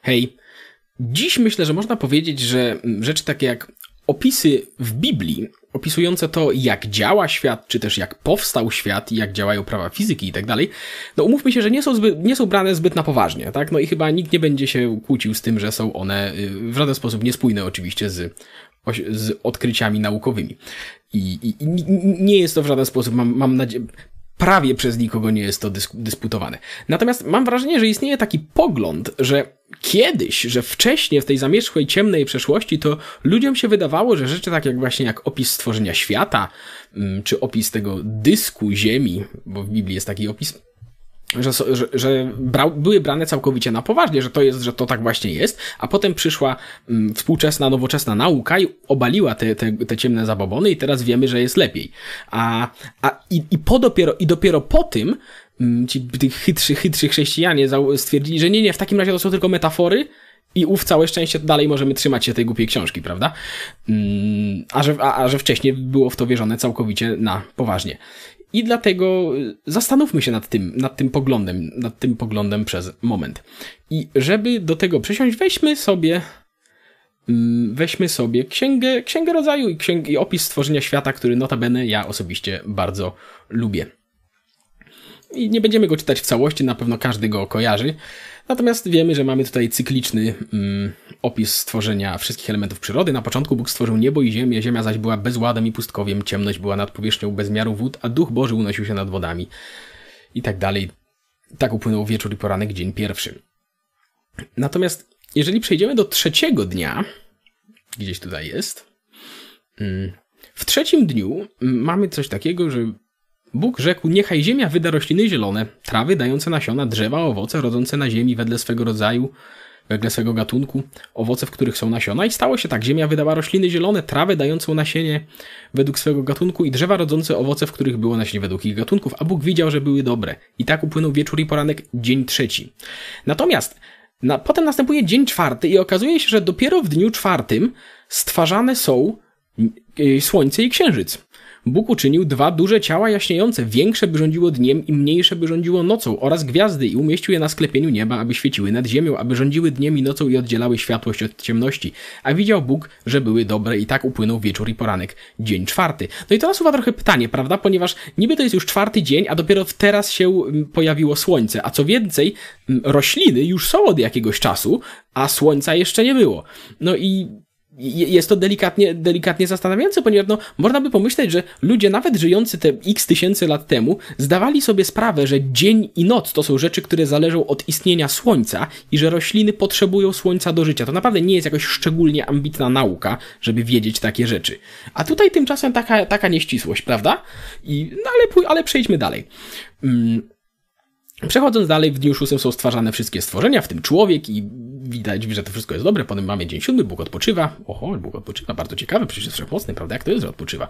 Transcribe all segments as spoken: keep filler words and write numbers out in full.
Hej, dziś myślę, że można powiedzieć, że rzeczy takie jak opisy w Biblii, opisujące to, jak działa świat, czy też jak powstał świat i jak działają prawa fizyki i tak dalej, no umówmy się, że nie są, zbyt, nie są brane zbyt na poważnie, tak? No i chyba nikt nie będzie się kłócił z tym, że są one w żaden sposób niespójne oczywiście z, z odkryciami naukowymi. I, i, i nie jest to w żaden sposób, mam, mam nadzieję... Prawie przez nikogo nie jest to dysk- dysputowane. Natomiast mam wrażenie, że istnieje taki pogląd, że kiedyś, że wcześniej w tej zamierzchłej, ciemnej przeszłości to ludziom się wydawało, że rzeczy tak jak właśnie jak opis stworzenia świata, czy opis tego dysku Ziemi, bo w Biblii jest taki opis, że, że, że brał, były brane całkowicie na poważnie, że to jest, że to tak właśnie jest, a potem przyszła mm, współczesna, nowoczesna nauka i obaliła te, te, te ciemne zabobony i teraz wiemy, że jest lepiej. A, a i, i, po dopiero, i dopiero po tym mm, ci chytrzy, chytrzy chrześcijanie stwierdzili, że nie, nie, w takim razie to są tylko metafory i ów całe szczęście dalej możemy trzymać się tej głupiej książki, prawda? Mm, a, że, a, a że wcześniej było w to wierzone całkowicie na poważnie. I dlatego zastanówmy się nad tym, nad tym poglądem, nad tym poglądem przez moment. I żeby do tego przesiąść, weźmy sobie, weźmy sobie księgę, księgę rodzaju i, księg, i opis stworzenia świata, który notabene ja osobiście bardzo lubię. I nie będziemy go czytać w całości, na pewno każdy go kojarzy. Natomiast wiemy, że mamy tutaj cykliczny mm, opis stworzenia wszystkich elementów przyrody. Na początku Bóg stworzył niebo i ziemię, ziemia zaś była bezładem i pustkowiem, ciemność była nad powierzchnią bez miaru wód, a Duch Boży unosił się nad wodami. I tak dalej. Tak upłynął wieczór i poranek, dzień pierwszy. Natomiast jeżeli przejdziemy do trzeciego dnia, gdzieś tutaj jest, mm, w trzecim dniu mamy coś takiego, że Bóg rzekł, niechaj ziemia wyda rośliny zielone, trawy dające nasiona, drzewa, owoce rodzące na ziemi wedle swego rodzaju, wedle swego gatunku, owoce, w których są nasiona. I stało się tak, ziemia wydała rośliny zielone, trawę dającą nasienie według swego gatunku i drzewa rodzące owoce, w których było nasienie według ich gatunków, a Bóg widział, że były dobre. I tak upłynął wieczór i poranek, dzień trzeci. Natomiast na, potem następuje dzień czwarty i okazuje się, że dopiero w dniu czwartym stwarzane są yy, słońce i księżyc. Bóg uczynił dwa duże ciała jaśniejące, większe by rządziło dniem i mniejsze by rządziło nocą, oraz gwiazdy i umieścił je na sklepieniu nieba, aby świeciły nad ziemią, aby rządziły dniem i nocą i oddzielały światłość od ciemności. A widział Bóg, że były dobre i tak upłynął wieczór i poranek, dzień czwarty. No i to nasuwa trochę pytanie, prawda? Ponieważ niby to jest już czwarty dzień, a dopiero teraz się pojawiło słońce. A co więcej, rośliny już są od jakiegoś czasu, a słońca jeszcze nie było. No i jest to delikatnie, delikatnie zastanawiające, ponieważ no, można by pomyśleć, że ludzie nawet żyjący te x tysięcy lat temu zdawali sobie sprawę, że dzień i noc to są rzeczy, które zależą od istnienia słońca i że rośliny potrzebują słońca do życia. To naprawdę nie jest jakoś szczególnie ambitna nauka, żeby wiedzieć takie rzeczy. A tutaj tymczasem taka, taka nieścisłość, prawda? I, no ale, ale przejdźmy dalej. Hmm. Przechodząc dalej, w dniu szóstym są stwarzane wszystkie stworzenia, w tym człowiek i widać, że to wszystko jest dobre. Potem mamy dzień siódmy, Bóg odpoczywa. Oho, Bóg odpoczywa, bardzo ciekawe, przecież jest wszechmocny, prawda? Jak to jest, że odpoczywa?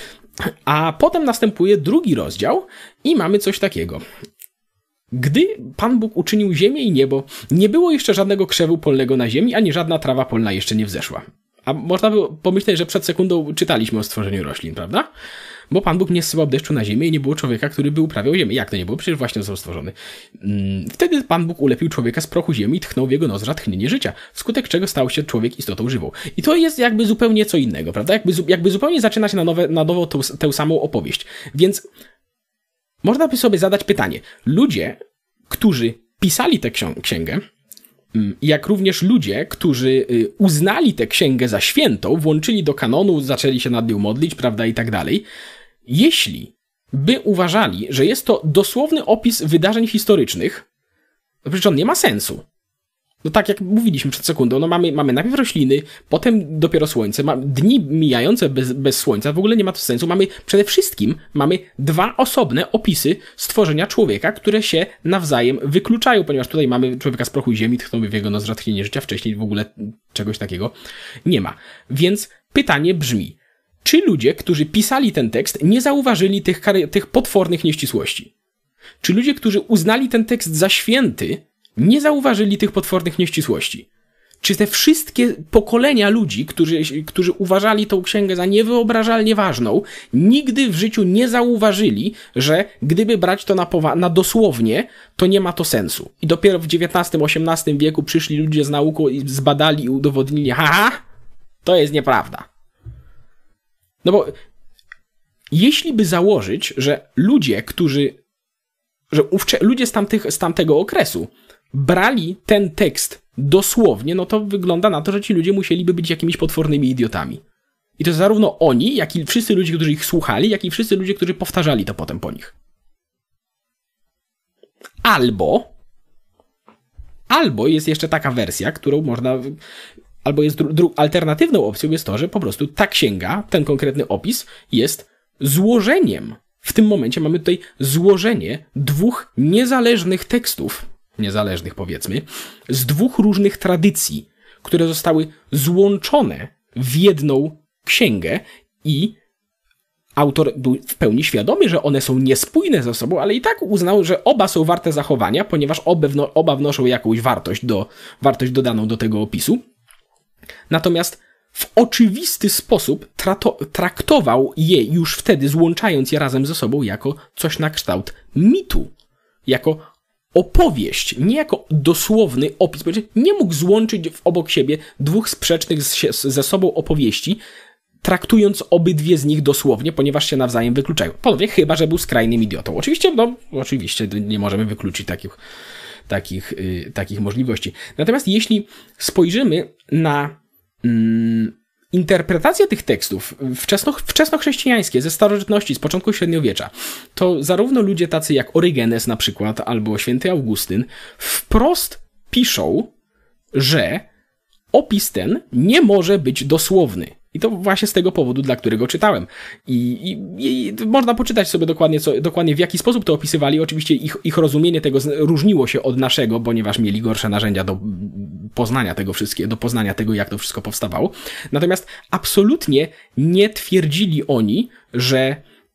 A potem następuje drugi rozdział i mamy coś takiego. Gdy Pan Bóg uczynił ziemię i niebo, nie było jeszcze żadnego krzewu polnego na ziemi, ani żadna trawa polna jeszcze nie wzeszła. A można by pomyśleć, że przed sekundą czytaliśmy o stworzeniu roślin, prawda? Bo Pan Bóg nie zsyłał deszczu na ziemię i nie było człowieka, który by uprawiał ziemię. Jak to nie było? Przecież właśnie został stworzony. Wtedy Pan Bóg ulepił człowieka z prochu ziemi i tchnął w jego nozdrza tchnienie życia, wskutek czego stał się człowiek istotą żywą. I to jest jakby zupełnie co innego, prawda? Jakby, jakby zupełnie zaczyna się na, nowe, na nowo tę, tę samą opowieść. Więc można by sobie zadać pytanie. Ludzie, którzy pisali tę księgę, jak również ludzie, którzy uznali tę księgę za świętą, włączyli do kanonu, zaczęli się nad nią modlić, prawda, i tak dalej, jeśli by uważali, że jest to dosłowny opis wydarzeń historycznych, to przecież on nie ma sensu. No tak jak mówiliśmy przed sekundą, no mamy, mamy najpierw rośliny, potem dopiero słońce, ma dni mijające bez, bez słońca, w ogóle nie ma to sensu. Mamy przede wszystkim mamy dwa osobne opisy stworzenia człowieka, które się nawzajem wykluczają, ponieważ tutaj mamy człowieka z prochu ziemi, tchnął w jego nozdrza tchnienie życia, wcześniej w ogóle czegoś takiego nie ma. Więc pytanie brzmi, czy ludzie, którzy pisali ten tekst, nie zauważyli tych, tych potwornych nieścisłości? Czy ludzie, którzy uznali ten tekst za święty, nie zauważyli tych potwornych nieścisłości? czy te wszystkie pokolenia ludzi, którzy, którzy uważali tą księgę za niewyobrażalnie ważną, nigdy w życiu nie zauważyli, że gdyby brać to na, powa- na dosłownie, to nie ma to sensu. I dopiero w dziewiętnastym, osiemnastym wieku przyszli ludzie z nauką i zbadali i udowodnili, haha, to jest nieprawda. No bo jeśli by założyć, że ludzie, którzy, że ówcze, ludzie z, tamtych, z tamtego okresu brali ten tekst dosłownie, no to wygląda na to, że ci ludzie musieliby być jakimiś potwornymi idiotami. I to zarówno oni, jak i wszyscy ludzie, którzy ich słuchali, jak i wszyscy ludzie, którzy powtarzali to potem po nich. Albo, albo jest jeszcze taka wersja, którą można, albo jest dru, dru, alternatywną opcją jest to, że po prostu ta księga, ten konkretny opis jest złożeniem. W tym momencie mamy tutaj złożenie dwóch niezależnych tekstów, niezależnych powiedzmy, z dwóch różnych tradycji, które zostały złączone w jedną księgę i autor był w pełni świadomy, że one są niespójne ze sobą, ale i tak uznał, że oba są warte zachowania, ponieważ oba, wno, oba wnoszą jakąś wartość, do, wartość dodaną do tego opisu. Natomiast w oczywisty sposób trato, traktował je już wtedy, złączając je razem ze sobą jako coś na kształt mitu, jako opowieść, nie jako dosłowny opis. Nie mógł złączyć obok siebie dwóch sprzecznych ze sobą opowieści, traktując obydwie z nich dosłownie, ponieważ się nawzajem wykluczają. Ponownie, chyba że był skrajnym idiotą. Oczywiście, no, oczywiście nie możemy wykluczyć takich, takich, yy, takich możliwości. Natomiast jeśli spojrzymy na mm, interpretację tych tekstów wczesno, wczesnochrześcijańskie, ze starożytności, z początku średniowiecza, to zarówno ludzie tacy jak Orygenes na przykład, albo święty Augustyn, wprost piszą, że opis ten nie może być dosłowny. I to właśnie z tego powodu, dla którego czytałem. I, i, i można poczytać sobie dokładnie, co, dokładnie w jaki sposób to opisywali. Oczywiście ich, ich rozumienie tego różniło się od naszego, ponieważ mieli gorsze narzędzia do poznania tego wszystkiego, do poznania tego, jak to wszystko powstawało. Natomiast absolutnie nie twierdzili oni, że,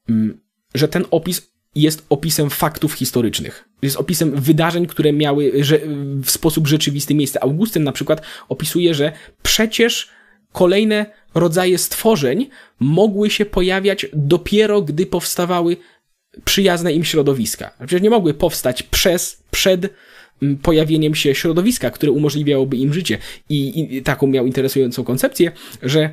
że ten opis jest opisem faktów historycznych. Jest opisem wydarzeń, które miały że, w sposób rzeczywisty miejsce. Augustyn na przykład opisuje, że przecież kolejne rodzaje stworzeń mogły się pojawiać dopiero, gdy powstawały przyjazne im środowiska. Przecież nie mogły powstać przez, przed pojawieniem się środowiska, które umożliwiałoby im życie. I, i taką miał interesującą koncepcję, że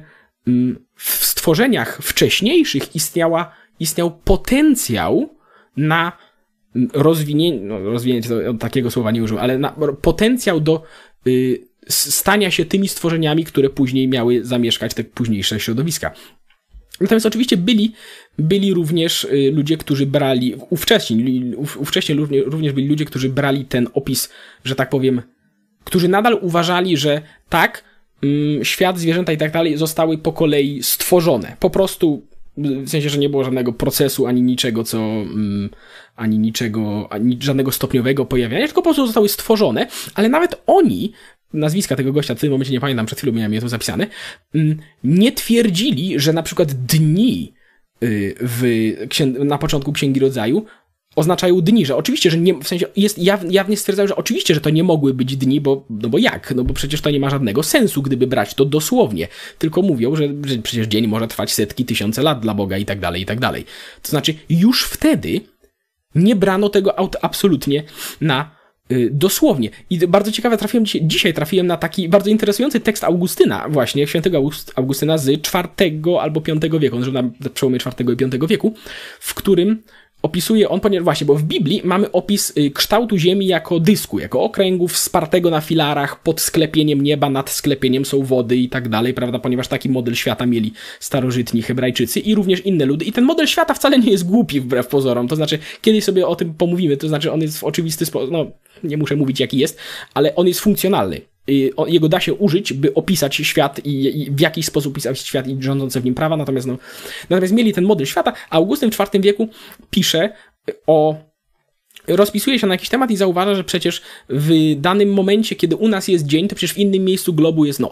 w stworzeniach wcześniejszych istniała, istniał potencjał na rozwinięcie, no rozwinięcie to takiego słowa nie użył, ale na potencjał do y, stania się tymi stworzeniami, które później miały zamieszkać te późniejsze środowiska. Natomiast oczywiście byli, byli również ludzie, którzy brali, ówcześni, ówcześnie również byli ludzie, którzy brali ten opis, że tak powiem, którzy nadal uważali, że tak, świat, zwierzęta i tak dalej zostały po kolei stworzone. Po prostu, w sensie, że nie było żadnego procesu, ani niczego, co, ani niczego, ani żadnego stopniowego pojawiania, tylko po prostu zostały stworzone, ale nawet oni, nazwiska tego gościa w tym momencie nie pamiętam, przed chwilą miałem je tu zapisane, nie twierdzili, że na przykład dni w, na początku Księgi Rodzaju oznaczają dni, że oczywiście, że nie, w sensie jest, jawnie stwierdzają, że oczywiście, że to nie mogły być dni, bo, no bo jak? No bo przecież to nie ma żadnego sensu, gdyby brać to dosłownie. Tylko mówią, że, że przecież dzień może trwać setki, tysiące lat dla Boga i tak dalej, i tak dalej. To znaczy już wtedy nie brano tego absolutnie na dosłownie. I bardzo ciekawe, trafiłem dzisiaj, dzisiaj trafiłem na taki bardzo interesujący tekst Augustyna, właśnie, świętego August, Augustyna z czwartego albo piątego wieku, on żył na przełomie czwartego i piątego wieku, w którym opisuje on, ponieważ właśnie, bo w Biblii mamy opis kształtu Ziemi jako dysku, jako okręgu wspartego na filarach, pod sklepieniem nieba, nad sklepieniem są wody i tak dalej, prawda, ponieważ taki model świata mieli starożytni Hebrajczycy i również inne ludy. I ten model świata wcale nie jest głupi wbrew pozorom, to znaczy, kiedyś sobie o tym pomówimy, to znaczy on jest w oczywisty sposób, no, nie muszę mówić jaki jest, ale on jest funkcjonalny. Jego da się użyć, by opisać świat i, i w jakiś sposób opisać świat i rządzące w nim prawa, natomiast, no, natomiast mieli ten model świata, a Augustyn w czwartym wieku pisze o... rozpisuje się na jakiś temat i zauważa, że przecież w danym momencie, kiedy u nas jest dzień, to przecież w innym miejscu globu jest noc.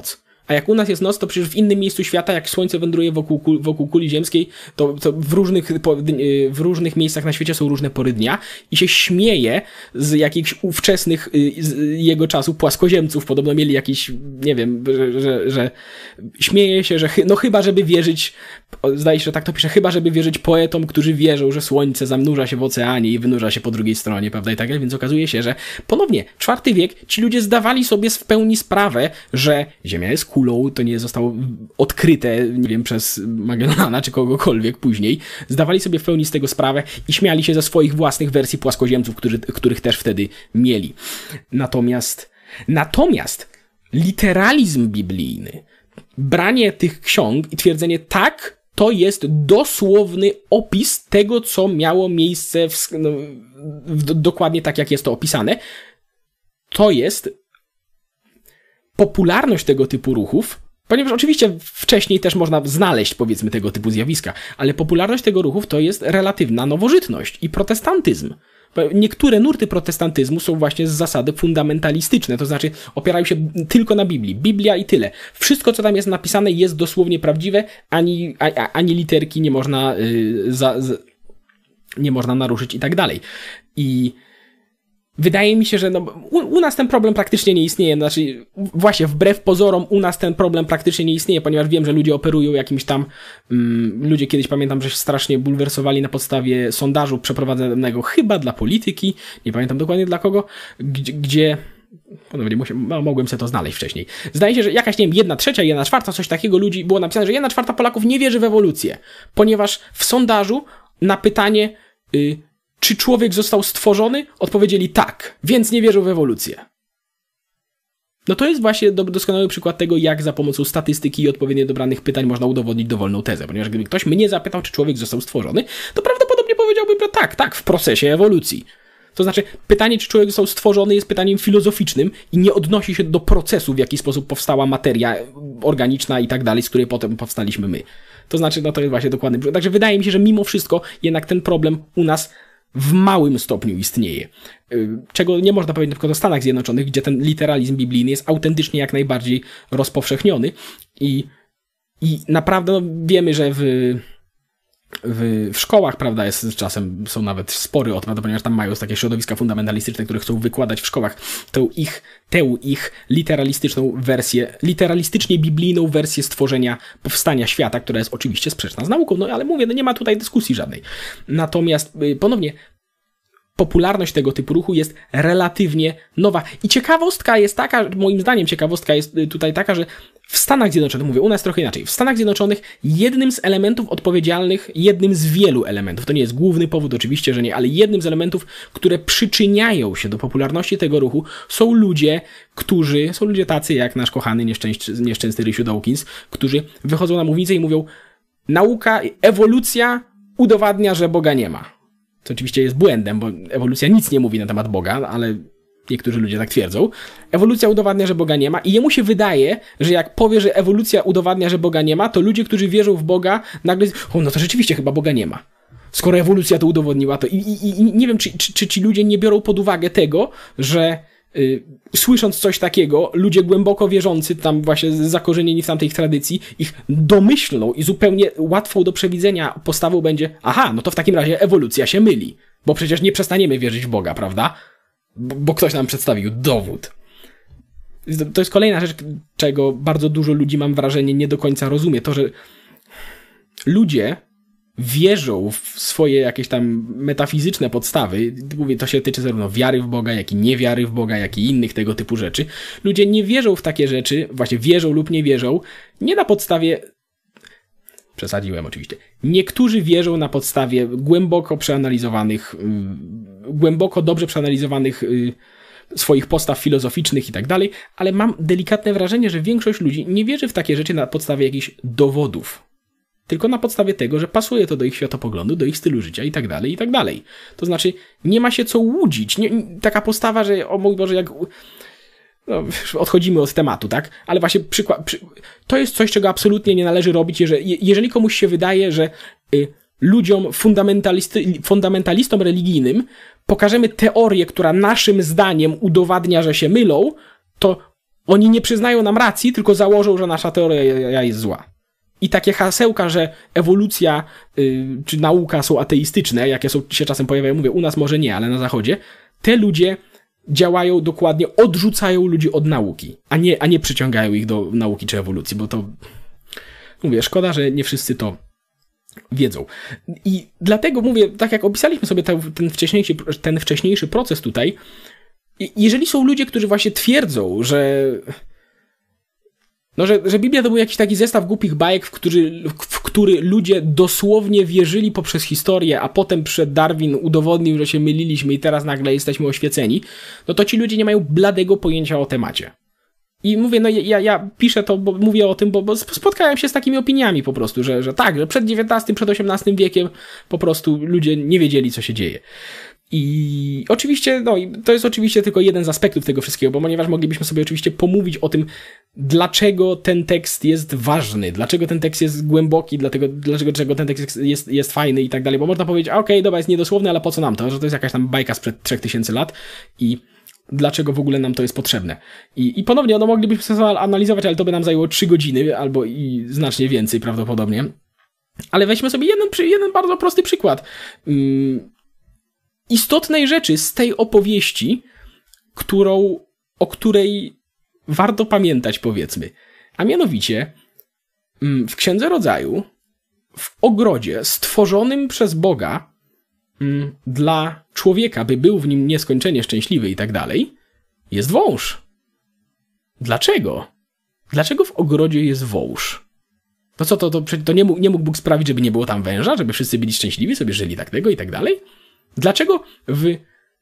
A jak u nas jest noc, to przecież w innym miejscu świata, jak słońce wędruje wokół, kul, wokół kuli ziemskiej, to, to w, różnych, w różnych miejscach na świecie są różne pory dnia i się śmieje z jakichś ówczesnych z jego czasu płaskoziemców. Podobno mieli jakiś, nie wiem, że, że, że śmieje się, że chy, no chyba, żeby wierzyć, zdaje się, że tak to pisze, chyba, żeby wierzyć poetom, którzy wierzą, że słońce zanurza się w oceanie i wynurza się po drugiej stronie, prawda, i tak dalej, więc okazuje się, że ponownie, czwarty wiek, ci ludzie zdawali sobie w pełni sprawę, że Ziemia jest kulą, to nie zostało odkryte, nie wiem, przez Magellana czy kogokolwiek później, zdawali sobie w pełni z tego sprawę i śmiali się ze swoich własnych wersji płaskoziemców, którzy, których też wtedy mieli. Natomiast, natomiast literalizm biblijny, branie tych ksiąg i twierdzenie tak, to jest dosłowny opis tego, co miało miejsce w, no, w, dokładnie tak, jak jest to opisane. To jest popularność tego typu ruchów, ponieważ oczywiście wcześniej też można znaleźć, powiedzmy, tego typu zjawiska, ale popularność tego ruchów to jest relatywna nowożytność i protestantyzm. Niektóre nurty protestantyzmu są właśnie z zasady fundamentalistyczne, to znaczy opierają się tylko na Biblii. Biblia i tyle. Wszystko, co tam jest napisane, jest dosłownie prawdziwe, ani, ani literki nie można, yy, za, z, nie można naruszyć i tak dalej. I wydaje mi się, że no, u, u nas ten problem praktycznie nie istnieje. Znaczy, właśnie wbrew pozorom u nas ten problem praktycznie nie istnieje, ponieważ wiem, że ludzie operują jakimś tam... Um, ludzie kiedyś, pamiętam, że się strasznie bulwersowali na podstawie sondażu przeprowadzonego chyba dla polityki, nie pamiętam dokładnie dla kogo, gdzie... gdzie ponownie musiałem, no, mogłem sobie to znaleźć wcześniej. Zdaje się, że jakaś, nie wiem, jedna trzecia, jedna czwarta, coś takiego ludzi było napisane, że jedna czwarta Polaków nie wierzy w ewolucję, ponieważ w sondażu na pytanie... Y, czy człowiek został stworzony? Odpowiedzieli tak, więc nie wierzą w ewolucję. No to jest właśnie doskonały przykład tego, jak za pomocą statystyki i odpowiednio dobranych pytań można udowodnić dowolną tezę. Ponieważ gdyby ktoś mnie zapytał, czy człowiek został stworzony, to prawdopodobnie powiedziałbym, że tak, tak, w procesie ewolucji. To znaczy, pytanie, czy człowiek został stworzony, jest pytaniem filozoficznym i nie odnosi się do procesu, w jaki sposób powstała materia organiczna i tak dalej, z której potem powstaliśmy my. To znaczy, no to jest właśnie dokładny przykład. Także wydaje mi się, że mimo wszystko jednak ten problem u nas w małym stopniu istnieje. Czego nie można powiedzieć na przykład o Stanach Zjednoczonych, gdzie ten literalizm biblijny jest autentycznie jak najbardziej rozpowszechniony i, i naprawdę no, wiemy, że w, w, w szkołach, prawda, jest czasem są nawet spory o to, ponieważ tam mają takie środowiska fundamentalistyczne, które chcą wykładać w szkołach tę ich, tę ich literalistyczną wersję, literalistycznie biblijną wersję stworzenia, powstania świata, która jest oczywiście sprzeczna z nauką, no ale mówię, no nie ma tutaj dyskusji żadnej. Natomiast ponownie popularność tego typu ruchu jest relatywnie nowa. I ciekawostka jest taka, moim zdaniem ciekawostka jest tutaj taka, że w Stanach Zjednoczonych, mówię, u nas trochę inaczej, w Stanach Zjednoczonych jednym z elementów odpowiedzialnych, jednym z wielu elementów, to nie jest główny powód, oczywiście, że nie, ale jednym z elementów, które przyczyniają się do popularności tego ruchu, są ludzie, którzy, są ludzie tacy jak nasz kochany, nieszczęsny, nieszczęsny Rysiu Dawkins, którzy wychodzą na mównicę i mówią, nauka, ewolucja udowadnia, że Boga nie ma. Co oczywiście jest błędem, bo ewolucja nic nie mówi na temat Boga, ale niektórzy ludzie tak twierdzą. Ewolucja udowadnia, że Boga nie ma i jemu się wydaje, że jak powie, że ewolucja udowadnia, że Boga nie ma, to ludzie, którzy wierzą w Boga, nagle o, no to rzeczywiście chyba Boga nie ma. Skoro ewolucja to udowodniła, to i, i, i nie wiem, czy, czy, czy ci ludzie nie biorą pod uwagę tego, że yy, słysząc coś takiego, ludzie głęboko wierzący, tam właśnie zakorzenieni w tamtej tradycji, ich domyślną i zupełnie łatwą do przewidzenia postawą będzie, aha, no to w takim razie ewolucja się myli, bo przecież nie przestaniemy wierzyć w Boga, prawda? Bo, bo ktoś nam przedstawił dowód. To jest kolejna rzecz, czego bardzo dużo ludzi, mam wrażenie, nie do końca rozumie. To, że ludzie wierzą w swoje jakieś tam metafizyczne podstawy, mówię, to się tyczy zarówno wiary w Boga, jak i niewiary w Boga, jak i innych tego typu rzeczy. Ludzie nie wierzą w takie rzeczy, właśnie wierzą lub nie wierzą, nie na podstawie, przesadziłem oczywiście, niektórzy wierzą na podstawie głęboko przeanalizowanych, głęboko dobrze przeanalizowanych swoich postaw filozoficznych i tak dalej, ale mam delikatne wrażenie, że większość ludzi nie wierzy w takie rzeczy na podstawie jakichś dowodów. Tylko na podstawie tego, że pasuje to do ich światopoglądu, do ich stylu życia i tak dalej, i tak dalej. To znaczy, nie ma się co łudzić. Nie, taka postawa, że o mój Boże, jak... No, odchodzimy od tematu, tak? Ale właśnie przykład... Przy... To jest coś, czego absolutnie nie należy robić, jeżeli, jeżeli komuś się wydaje, że y, ludziom fundamentalisty, fundamentalistom religijnym pokażemy teorię, która naszym zdaniem udowadnia, że się mylą, to oni nie przyznają nam racji, tylko założą, że nasza teoria jest zła. I takie hasełka, że ewolucja yy, czy nauka są ateistyczne, jakie są, się czasem pojawiają, mówię, u nas może nie, ale na zachodzie, te ludzie działają dokładnie, odrzucają ludzi od nauki, a nie, a nie przyciągają ich do nauki czy ewolucji, bo to, mówię, szkoda, że nie wszyscy to wiedzą. I dlatego mówię, tak jak opisaliśmy sobie ten, ten, wcześniejszy, ten wcześniejszy proces tutaj, jeżeli są ludzie, którzy właśnie twierdzą, że no, że, że Biblia to był jakiś taki zestaw głupich bajek, w który, w który ludzie dosłownie wierzyli poprzez historię, a potem przed Darwin udowodnił, że się myliliśmy i teraz nagle jesteśmy oświeceni, no to ci ludzie nie mają bladego pojęcia o temacie. I mówię, no ja, ja piszę to, bo mówię o tym, bo, bo spotkałem się z takimi opiniami po prostu, że, że tak, że przed dziewiętnastym, przed osiemnastym wiekiem po prostu ludzie nie wiedzieli, co się dzieje. I oczywiście, no i to jest oczywiście tylko jeden z aspektów tego wszystkiego, bo ponieważ moglibyśmy sobie oczywiście pomówić o tym, dlaczego ten tekst jest ważny, dlaczego ten tekst jest głęboki, dlatego, dlaczego ten tekst jest, jest fajny i tak dalej, bo można powiedzieć, okej, okay, dobra, jest niedosłowny, ale po co nam to, że to jest jakaś tam bajka sprzed trzech tysięcy lat i dlaczego w ogóle nam to jest potrzebne. I, i ponownie, no moglibyśmy sobie analizować, ale to by nam zajęło trzy godziny, albo i znacznie więcej prawdopodobnie. Ale weźmy sobie jeden, jeden bardzo prosty przykład. Hmm, istotnej rzeczy z tej opowieści, którą, o której warto pamiętać, powiedzmy. A mianowicie w Księdze Rodzaju, w ogrodzie stworzonym przez Boga dla człowieka, by był w nim nieskończenie szczęśliwy i tak dalej, jest wąż. Dlaczego? Dlaczego w ogrodzie jest wąż? To co, to, to, to nie, mógł, nie mógł Bóg sprawić, żeby nie było tam węża, żeby wszyscy byli szczęśliwi, sobie żyli tak tego i tak dalej? Dlaczego w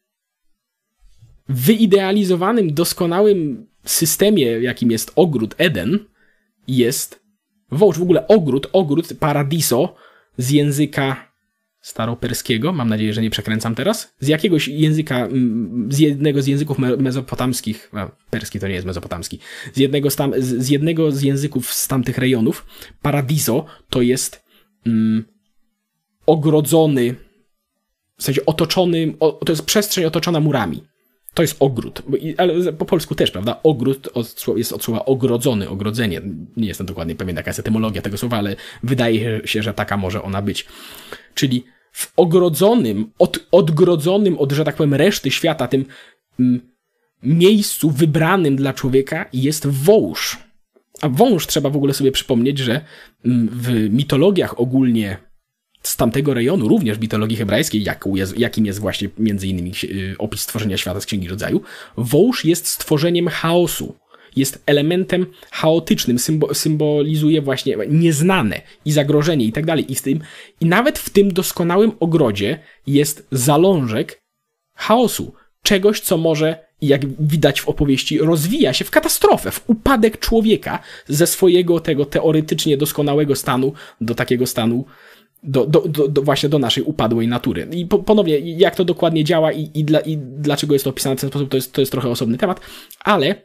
wyidealizowanym, doskonałym systemie, jakim jest ogród Eden, jest wąż? W ogóle ogród, ogród, paradiso z języka staroperskiego, mam nadzieję, że nie przekręcam teraz, z jakiegoś języka, z jednego z języków mezopotamskich, a perski to nie jest mezopotamski, z jednego z, tam, z jednego z języków z tamtych rejonów, paradiso to jest mm, ogrodzony, w sensie otoczony, o, to jest przestrzeń otoczona murami. To jest ogród, ale po polsku też, prawda? Ogród jest od słowa ogrodzony, ogrodzenie. Nie jestem dokładnie pewien, jaka jest etymologia tego słowa, ale wydaje się, że taka może ona być. Czyli w ogrodzonym, od, odgrodzonym od, że tak powiem, reszty świata, tym mm, miejscu wybranym dla człowieka jest wąż. A wąż trzeba w ogóle sobie przypomnieć, że mm, w mitologiach ogólnie z tamtego rejonu, również w mitologii hebrajskiej, jakim jest właśnie między innymi opis stworzenia świata z Księgi Rodzaju, wąż jest stworzeniem chaosu. Jest elementem chaotycznym, symbo- symbolizuje właśnie nieznane i zagrożenie i tak dalej. I w tym, i nawet w tym doskonałym ogrodzie jest zalążek chaosu. Czegoś, co może, jak widać w opowieści, rozwija się w katastrofę, w upadek człowieka ze swojego tego teoretycznie doskonałego stanu do takiego stanu Do, do, do, do właśnie do naszej upadłej natury. I po, ponownie, jak to dokładnie działa i, i, dla, i dlaczego jest to opisane w ten sposób, to jest, to jest trochę osobny temat, ale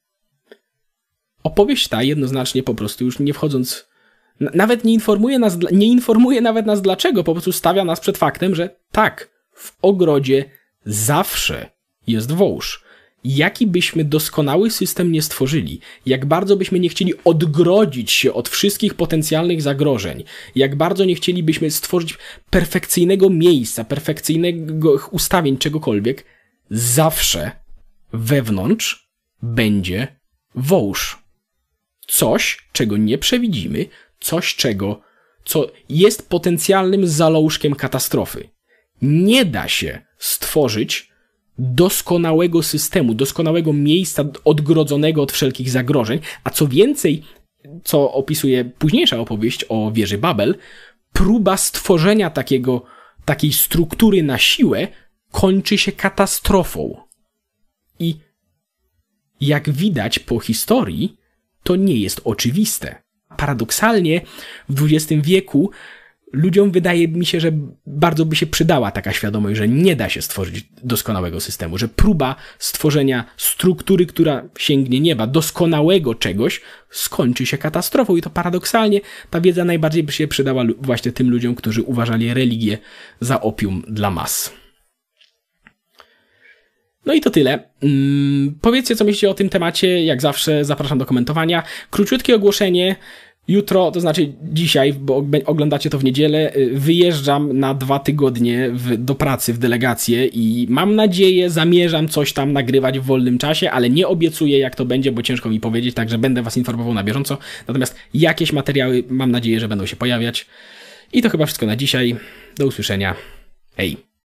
opowieść ta jednoznacznie po prostu już nie wchodząc, nawet nie informuje nas, nie informuje nawet nas dlaczego, po prostu stawia nas przed faktem, że tak, w ogrodzie zawsze jest wąż. Jaki byśmy doskonały system nie stworzyli, jak bardzo byśmy nie chcieli odgrodzić się od wszystkich potencjalnych zagrożeń, jak bardzo nie chcielibyśmy stworzyć perfekcyjnego miejsca, perfekcyjnego ustawień czegokolwiek, zawsze wewnątrz będzie wąż. Coś, czego nie przewidzimy, coś, czego, co jest potencjalnym zalążkiem katastrofy. Nie da się stworzyć doskonałego systemu, doskonałego miejsca odgrodzonego od wszelkich zagrożeń, a co więcej, co opisuje późniejsza opowieść o wieży Babel, próba stworzenia takiego, takiej struktury na siłę kończy się katastrofą. I jak widać po historii, to nie jest oczywiste. Paradoksalnie w dwudziestym wieku ludziom wydaje mi się, że bardzo by się przydała taka świadomość, że nie da się stworzyć doskonałego systemu, że próba stworzenia struktury, która sięgnie nieba, doskonałego czegoś, skończy się katastrofą. I to paradoksalnie ta wiedza najbardziej by się przydała właśnie tym ludziom, którzy uważali religię za opium dla mas. No i to tyle. Hmm, powiedzcie, co myślicie o tym temacie. Jak zawsze zapraszam do komentowania. Króciutkie ogłoszenie. Jutro, to znaczy dzisiaj, bo oglądacie to w niedzielę, wyjeżdżam na dwa tygodnie w, do pracy w delegację i mam nadzieję, zamierzam coś tam nagrywać w wolnym czasie, ale nie obiecuję, jak to będzie, bo ciężko mi powiedzieć, także będę was informował na bieżąco. Natomiast jakieś materiały mam nadzieję, że będą się pojawiać. I to chyba wszystko na dzisiaj. Do usłyszenia. Hej!